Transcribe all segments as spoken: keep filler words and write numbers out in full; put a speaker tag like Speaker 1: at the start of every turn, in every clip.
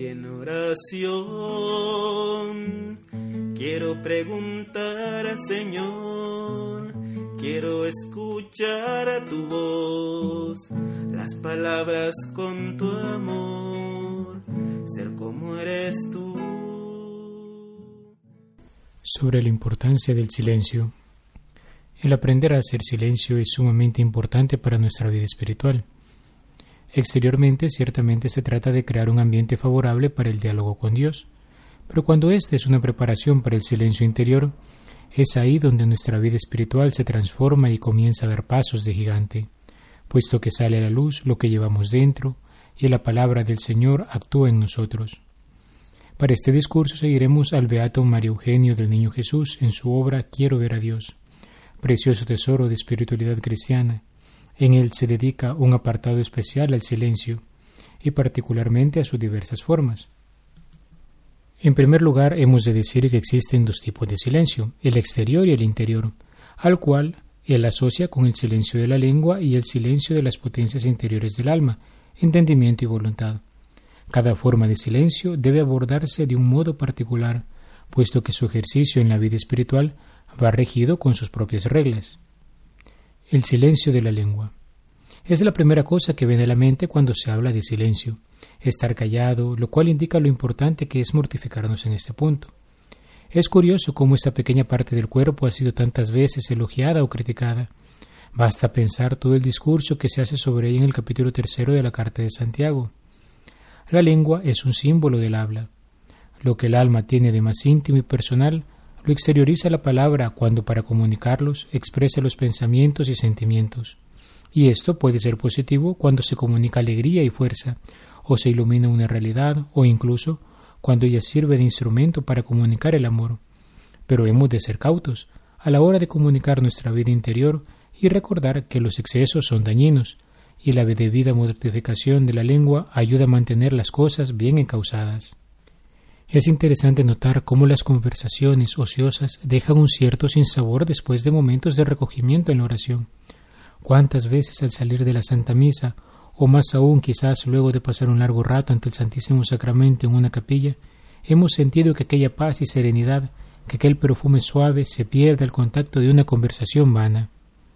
Speaker 1: en oración quiero preguntar al Señor, quiero escuchar a tu voz, las palabras con tu amor, ser como eres tú.
Speaker 2: Sobre la importancia del silencio. El aprender a hacer silencio es sumamente importante para nuestra vida espiritual. Exteriormente, ciertamente se trata de crear un ambiente favorable para el diálogo con Dios, pero cuando ésta es una preparación para el silencio interior, es ahí donde nuestra vida espiritual se transforma y comienza a dar pasos de gigante, puesto que sale a la luz lo que llevamos dentro y la palabra del Señor actúa en nosotros. Para este discurso seguiremos al beato Mario Eugenio del Niño Jesús en su obra Quiero ver a Dios, precioso tesoro de espiritualidad cristiana. En él se dedica un apartado especial al silencio y particularmente a sus diversas formas. En primer lugar, hemos de decir que existen dos tipos de silencio, el exterior y el interior, al cual él asocia con el silencio de la lengua y el silencio de las potencias interiores del alma, entendimiento y voluntad. Cada forma de silencio debe abordarse de un modo particular, puesto que su ejercicio en la vida espiritual va regido con sus propias reglas. El silencio de la lengua. Es la primera cosa que viene a la mente cuando se habla de silencio, estar callado, lo cual indica lo importante que es mortificarnos en este punto. Es curioso cómo esta pequeña parte del cuerpo ha sido tantas veces elogiada o criticada. Basta pensar todo el discurso que se hace sobre ella en el capítulo tercero de la Carta de Santiago. La lengua es un símbolo del habla. Lo que el alma tiene de más íntimo y personal lo exterioriza la palabra cuando para comunicarlos expresa los pensamientos y sentimientos. Y esto puede ser positivo cuando se comunica alegría y fuerza, o se ilumina una realidad, o incluso cuando ella sirve de instrumento para comunicar el amor. Pero hemos de ser cautos a la hora de comunicar nuestra vida interior y recordar que los excesos son dañinos, y la debida mortificación de la lengua ayuda a mantener las cosas bien encausadas. Es interesante notar cómo las conversaciones ociosas dejan un cierto sinsabor después de momentos de recogimiento en la oración. ¿Cuántas veces al salir de la Santa Misa, o más aún quizás luego de pasar un largo rato ante el Santísimo Sacramento en una capilla, hemos sentido que aquella paz y serenidad, que aquel perfume suave se pierde al contacto de una conversación vana?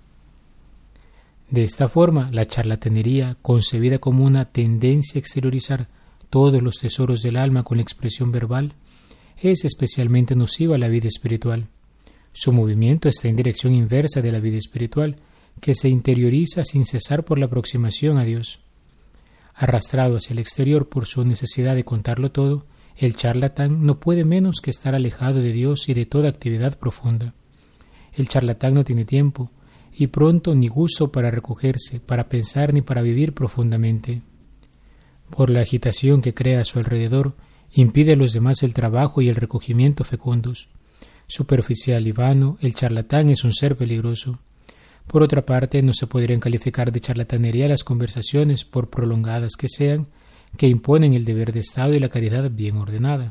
Speaker 2: De esta forma, la charlatanería, concebida como una tendencia a exteriorizar todos los tesoros del alma con la expresión verbal, es especialmente nociva a la vida espiritual. Su movimiento está en dirección inversa de la vida espiritual, que se interioriza sin cesar por la aproximación a Dios. Arrastrado hacia el exterior por su necesidad de contarlo todo, el charlatán no puede menos que estar alejado de Dios y de toda actividad profunda. El charlatán no tiene tiempo, y pronto ni gusto para recogerse, para pensar ni para vivir profundamente. Por la agitación que crea a su alrededor, impide a los demás el trabajo y el recogimiento fecundos. Superficial y vano, el charlatán es un ser peligroso. Por otra parte, no se podrían calificar de charlatanería las conversaciones, por prolongadas que sean, que imponen el deber de Estado y la caridad bien ordenada.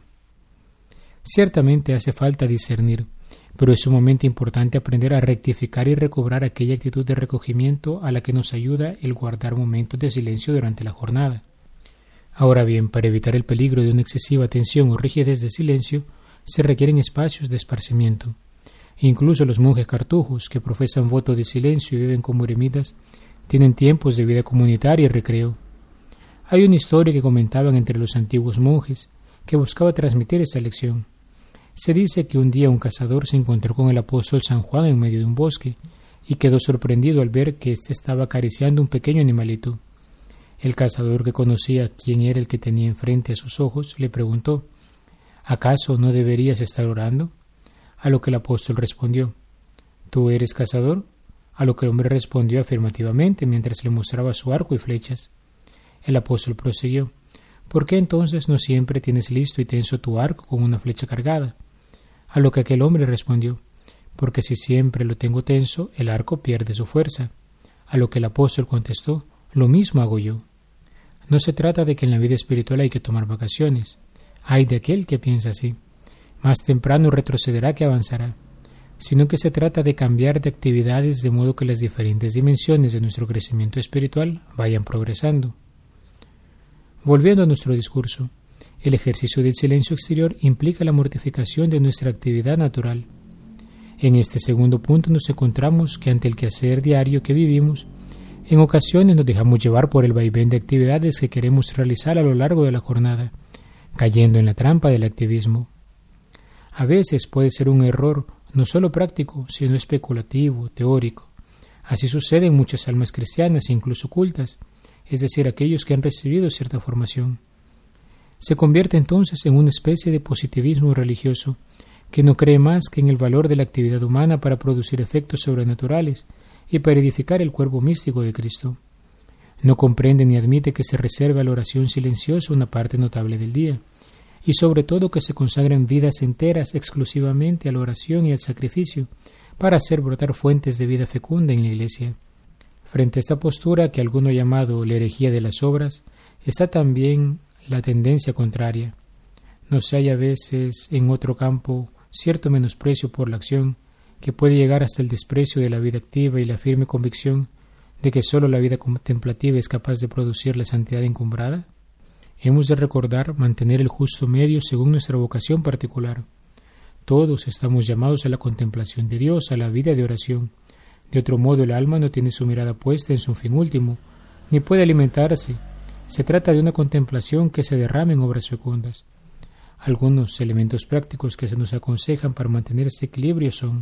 Speaker 2: Ciertamente hace falta discernir, pero es sumamente importante aprender a rectificar y recobrar aquella actitud de recogimiento a la que nos ayuda el guardar momentos de silencio durante la jornada. Ahora bien, para evitar el peligro de una excesiva tensión o rigidez de silencio, se requieren espacios de esparcimiento. Incluso los monjes cartujos, que profesan voto de silencio y viven como eremitas, tienen tiempos de vida comunitaria y recreo. Hay una historia que comentaban entre los antiguos monjes que buscaba transmitir esta lección. Se dice que un día un cazador se encontró con el apóstol San Juan en medio de un bosque y quedó sorprendido al ver que éste estaba acariciando un pequeño animalito. El cazador, que conocía quién era el que tenía enfrente a sus ojos, le preguntó: ¿acaso no deberías estar orando? A lo que el apóstol respondió: ¿tú eres cazador? A lo que el hombre respondió afirmativamente mientras le mostraba su arco y flechas. El apóstol prosiguió: ¿por qué entonces no siempre tienes listo y tenso tu arco con una flecha cargada? A lo que aquel hombre respondió: porque si siempre lo tengo tenso, el arco pierde su fuerza. A lo que el apóstol contestó: lo mismo hago yo. No se trata de que en la vida espiritual hay que tomar vacaciones. Ay de aquel que piensa así. Más temprano retrocederá que avanzará. Sino que se trata de cambiar de actividades de modo que las diferentes dimensiones de nuestro crecimiento espiritual vayan progresando. Volviendo a nuestro discurso, el ejercicio del silencio exterior implica la mortificación de nuestra actividad natural. En este segundo punto nos encontramos que ante el quehacer diario que vivimos, en ocasiones nos dejamos llevar por el vaivén de actividades que queremos realizar a lo largo de la jornada, cayendo en la trampa del activismo. A veces puede ser un error no solo práctico, sino especulativo, teórico. Así sucede en muchas almas cristianas, incluso cultas, es decir, aquellos que han recibido cierta formación. Se convierte entonces en una especie de positivismo religioso, que no cree más que en el valor de la actividad humana para producir efectos sobrenaturales y para edificar el cuerpo místico de Cristo. No comprende ni admite que se reserve a la oración silenciosa una parte notable del día, y sobre todo que se consagren vidas enteras exclusivamente a la oración y al sacrificio, para hacer brotar fuentes de vida fecunda en la Iglesia. Frente a esta postura, que alguno ha llamado la herejía de las obras, está también la tendencia contraria. No se halla a veces en otro campo cierto menosprecio por la acción, que puede llegar hasta el desprecio de la vida activa y la firme convicción de que sólo la vida contemplativa es capaz de producir la santidad encumbrada. Hemos de recordar mantener el justo medio según nuestra vocación particular. Todos estamos llamados a la contemplación de Dios, a la vida de oración. De otro modo, el alma no tiene su mirada puesta en su fin último, ni puede alimentarse. Se trata de una contemplación que se derrama en obras fecundas. Algunos elementos prácticos que se nos aconsejan para mantener este equilibrio son: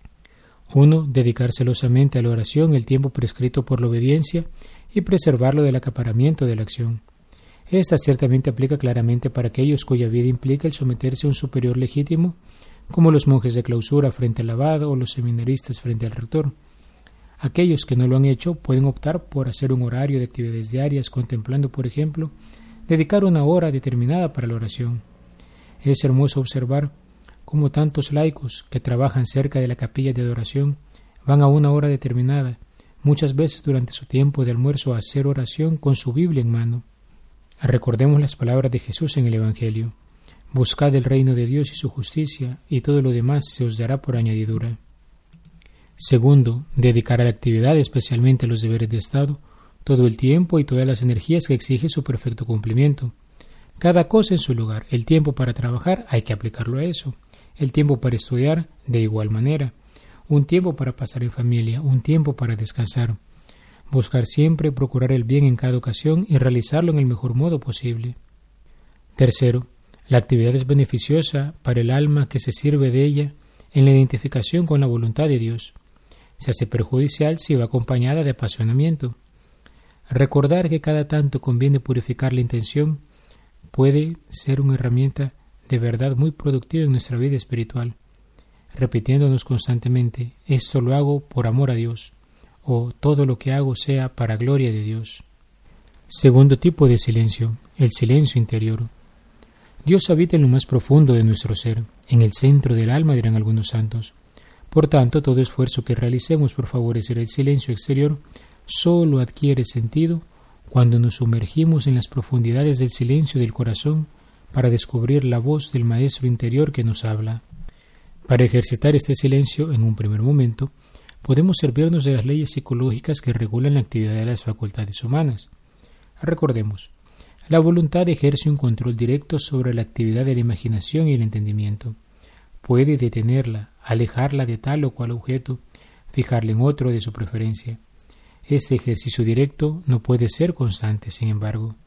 Speaker 2: uno. Dedicar celosamente a la oración el tiempo prescrito por la obediencia y preservarlo del acaparamiento de la acción. Esta ciertamente aplica claramente para aquellos cuya vida implica el someterse a un superior legítimo, como los monjes de clausura frente al abad o los seminaristas frente al rector. Aquellos que no lo han hecho pueden optar por hacer un horario de actividades diarias, contemplando, por ejemplo, dedicar una hora determinada para la oración. Es hermoso observar cómo tantos laicos que trabajan cerca de la capilla de adoración van a una hora determinada, muchas veces durante su tiempo de almuerzo, a hacer oración con su Biblia en mano. Recordemos las palabras de Jesús en el Evangelio: buscad el reino de Dios y su justicia, y todo lo demás se os dará por añadidura. Segundo, dedicar a la actividad, especialmente a los deberes de Estado, todo el tiempo y todas las energías que exige su perfecto cumplimiento. Cada cosa en su lugar. El tiempo para trabajar hay que aplicarlo a eso. El tiempo para estudiar, de igual manera. Un tiempo para pasar en familia, un tiempo para descansar. Buscar siempre procurar el bien en cada ocasión y realizarlo en el mejor modo posible. Tercero, la actividad es beneficiosa para el alma que se sirve de ella en la identificación con la voluntad de Dios. Se hace perjudicial si va acompañada de apasionamiento. Recordar que cada tanto conviene purificar la intención puede ser una herramienta de verdad muy productiva en nuestra vida espiritual, repitiéndonos constantemente: esto lo hago por amor a Dios, o todo lo que hago sea para gloria de Dios. Segundo tipo de silencio, el silencio interior. Dios habita en lo más profundo de nuestro ser, en el centro del alma, dirán algunos santos. Por tanto, todo esfuerzo que realicemos por favorecer el silencio exterior solo adquiere sentido cuando nos sumergimos en las profundidades del silencio del corazón para descubrir la voz del Maestro interior que nos habla. Para ejercitar este silencio, en un primer momento, podemos servirnos de las leyes psicológicas que regulan la actividad de las facultades humanas. Recordemos, la voluntad ejerce un control directo sobre la actividad de la imaginación y el entendimiento. Puede detenerla, alejarla de tal o cual objeto, fijarla en otro de su preferencia. Este ejercicio directo no puede ser constante, sin embargo.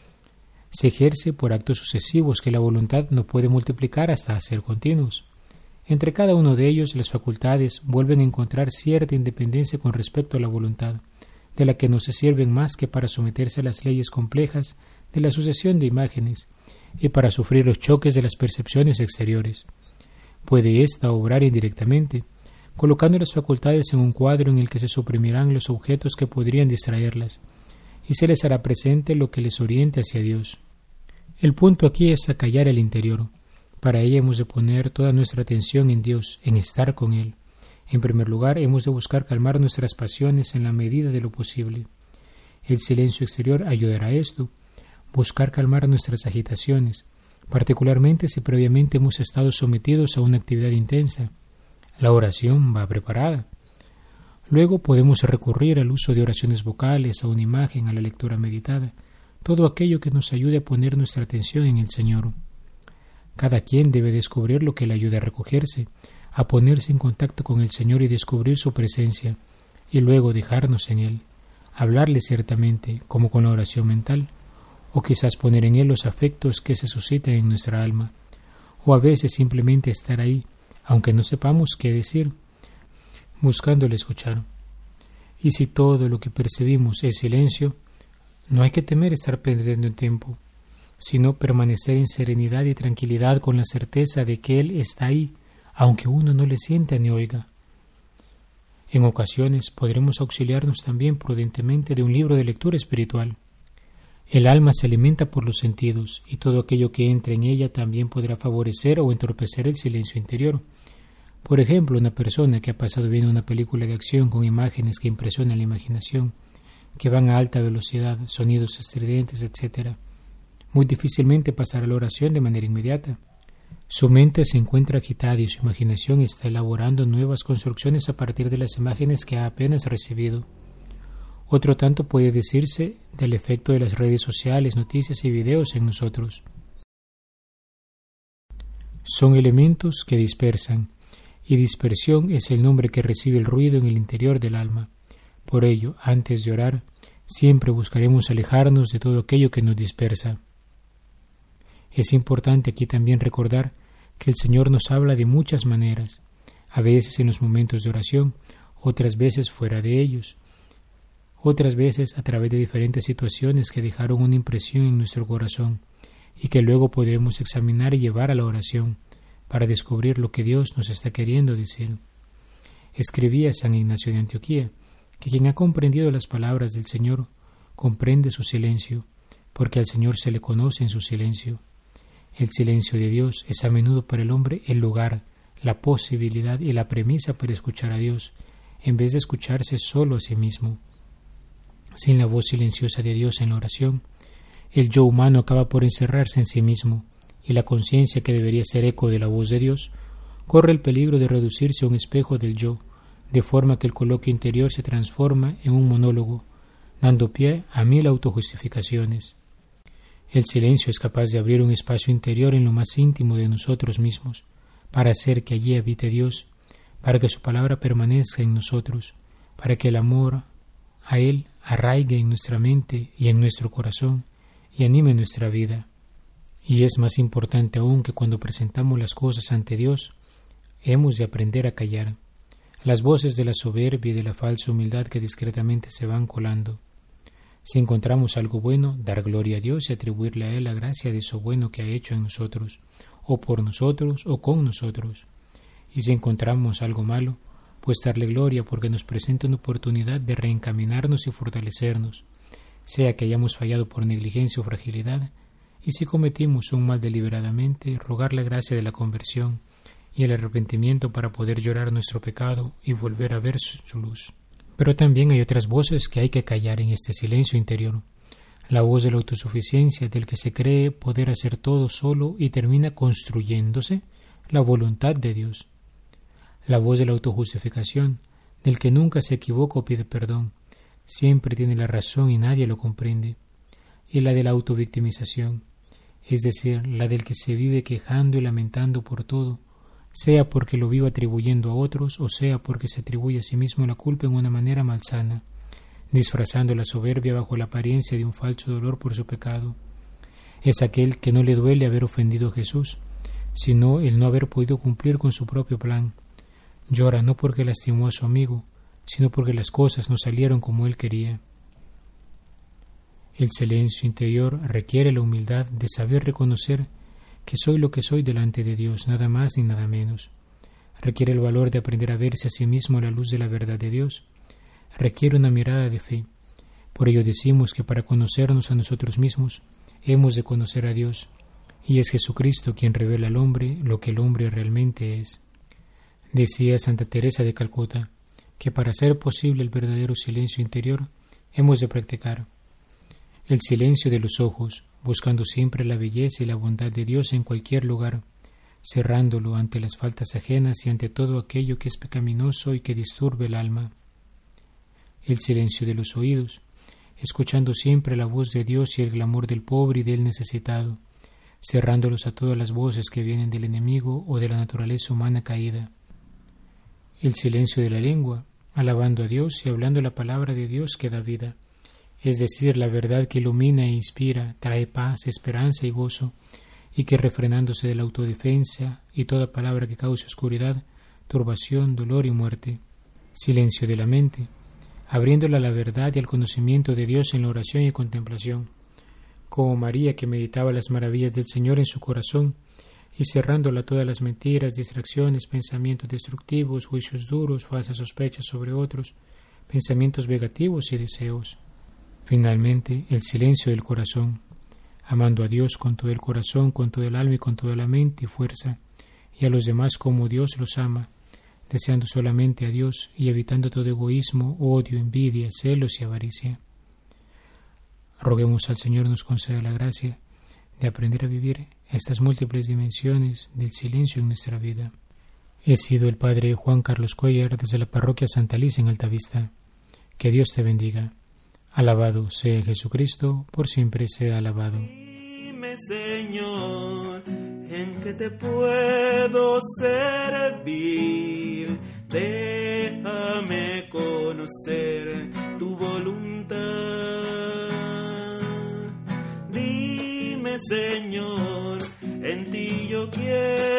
Speaker 2: Se ejerce por actos sucesivos que la voluntad no puede multiplicar hasta ser continuos. Entre cada uno de ellos, las facultades vuelven a encontrar cierta independencia con respecto a la voluntad, de la que no se sirven más que para someterse a las leyes complejas de la sucesión de imágenes y para sufrir los choques de las percepciones exteriores. Puede ésta obrar indirectamente, colocando las facultades en un cuadro en el que se suprimirán los objetos que podrían distraerlas, y se les hará presente lo que les oriente hacia Dios. El punto aquí es acallar el interior. Para ello hemos de poner toda nuestra atención en Dios, en estar con Él. En primer lugar, hemos de buscar calmar nuestras pasiones en la medida de lo posible. El silencio exterior ayudará a esto, buscar calmar nuestras agitaciones, particularmente si previamente hemos estado sometidos a una actividad intensa. La oración va preparada. Luego podemos recurrir al uso de oraciones vocales, a una imagen, a la lectura meditada. todo aquello que nos ayude a poner nuestra atención en el Señor. Cada quien debe descubrir lo que le ayude a recogerse, a ponerse en contacto con el Señor y descubrir su presencia, y luego dejarnos en Él, hablarle ciertamente, como con la oración mental, o quizás poner en Él los afectos que se suscitan en nuestra alma, o a veces simplemente estar ahí, aunque no sepamos qué decir, buscándole escuchar. Y si todo lo que percibimos es silencio, no hay que temer estar perdiendo el tiempo, sino permanecer en serenidad y tranquilidad con la certeza de que Él está ahí, aunque uno no le sienta ni oiga. En ocasiones podremos auxiliarnos también prudentemente de un libro de lectura espiritual. El alma se alimenta por los sentidos, y todo aquello que entre en ella también podrá favorecer o entorpecer el silencio interior. Por ejemplo, una persona que ha pasado viendo una película de acción con imágenes que impresionan la imaginación, que van a alta velocidad, sonidos estridentes, etcétera, muy difícilmente pasará la oración de manera inmediata. Su mente se encuentra agitada y su imaginación está elaborando nuevas construcciones a partir de las imágenes que ha apenas recibido. Otro tanto puede decirse del efecto de las redes sociales, noticias y videos en nosotros. Son elementos que dispersan, y dispersión es el nombre que recibe el ruido en el interior del alma. Por ello, antes de orar, siempre buscaremos alejarnos de todo aquello que nos dispersa. Es importante aquí también recordar que el Señor nos habla de muchas maneras, a veces en los momentos de oración, otras veces fuera de ellos, otras veces a través de diferentes situaciones que dejaron una impresión en nuestro corazón y que luego podremos examinar y llevar a la oración para descubrir lo que Dios nos está queriendo decir. Escribía San Ignacio de Antioquía que quien ha comprendido las palabras del Señor comprende su silencio, porque al Señor se le conoce en su silencio. El silencio de Dios es a menudo para el hombre el lugar, la posibilidad y la premisa para escuchar a Dios, en vez de escucharse solo a sí mismo. Sin la voz silenciosa de Dios en la oración, el yo humano acaba por encerrarse en sí mismo, y la conciencia, que debería ser eco de la voz de Dios, corre el peligro de reducirse a un espejo del yo, de forma que el coloquio interior se transforma en un monólogo, dando pie a mil autojustificaciones. El silencio es capaz de abrir un espacio interior en lo más íntimo de nosotros mismos, para hacer que allí habite Dios, para que su palabra permanezca en nosotros, para que el amor a Él arraigue en nuestra mente y en nuestro corazón y anime nuestra vida. Y es más importante aún que cuando presentamos las cosas ante Dios, hemos de aprender a callar las voces de la soberbia y de la falsa humildad que discretamente se van colando. Si encontramos algo bueno, dar gloria a Dios y atribuirle a Él la gracia de eso bueno que ha hecho en nosotros, o por nosotros, o con nosotros. Y si encontramos algo malo, pues darle gloria porque nos presenta una oportunidad de reencaminarnos y fortalecernos, sea que hayamos fallado por negligencia o fragilidad, y si cometimos un mal deliberadamente, rogar la gracia de la conversión y el arrepentimiento para poder llorar nuestro pecado y volver a ver su luz. Pero también hay otras voces que hay que callar en este silencio interior. La voz de la autosuficiencia, del que se cree poder hacer todo solo y termina construyéndose la voluntad de Dios. La voz de la autojustificación, del que nunca se equivoca o pide perdón, siempre tiene la razón y nadie lo comprende. Y la de la autovictimización, es decir, la del que se vive quejando y lamentando por todo, sea porque lo vive atribuyendo a otros o sea porque se atribuye a sí mismo la culpa en una manera malsana, disfrazando la soberbia bajo la apariencia de un falso dolor por su pecado. Es aquel que no le duele haber ofendido a Jesús, sino el no haber podido cumplir con su propio plan. Llora no porque lastimó a su amigo, sino porque las cosas no salieron como él quería. El silencio interior requiere la humildad de saber reconocer que soy lo que soy delante de Dios, nada más ni nada menos. Requiere el valor de aprender a verse a sí mismo a la luz de la verdad de Dios. Requiere una mirada de fe. Por ello decimos que para conocernos a nosotros mismos hemos de conocer a Dios, y es Jesucristo quien revela al hombre lo que el hombre realmente es. Decía Santa Teresa de Calcuta que para hacer posible el verdadero silencio interior hemos de practicar el silencio de los ojos, buscando siempre la belleza y la bondad de Dios en cualquier lugar, cerrándolo ante las faltas ajenas y ante todo aquello que es pecaminoso y que disturbe el alma. El silencio de los oídos, escuchando siempre la voz de Dios y el clamor del pobre y del necesitado, cerrándolos a todas las voces que vienen del enemigo o de la naturaleza humana caída. El silencio de la lengua, alabando a Dios y hablando la palabra de Dios que da vida, es decir, la verdad que ilumina e inspira, trae paz, esperanza y gozo, y que refrenándose de la autodefensa y toda palabra que cause oscuridad, turbación, dolor y muerte. Silencio de la mente, abriéndola a la verdad y al conocimiento de Dios en la oración y contemplación, como María que meditaba las maravillas del Señor en su corazón y cerrándola a todas las mentiras, distracciones, pensamientos destructivos, juicios duros, falsas sospechas sobre otros, pensamientos negativos y deseos. Finalmente, el silencio del corazón, amando a Dios con todo el corazón, con todo el alma y con toda la mente y fuerza, y a los demás como Dios los ama, deseando solamente a Dios y evitando todo egoísmo, odio, envidia, celos y avaricia. Roguemos al Señor nos conceda la gracia de aprender a vivir estas múltiples dimensiones del silencio en nuestra vida. He sido el Padre Juan Carlos Cuellar desde la Parroquia Santa Alicia en Altavista. Que Dios te bendiga. Alabado sea Jesucristo, por siempre sea alabado.
Speaker 1: Dime, Señor, en qué te puedo servir. Déjame conocer tu voluntad. Dime, Señor, en ti yo quiero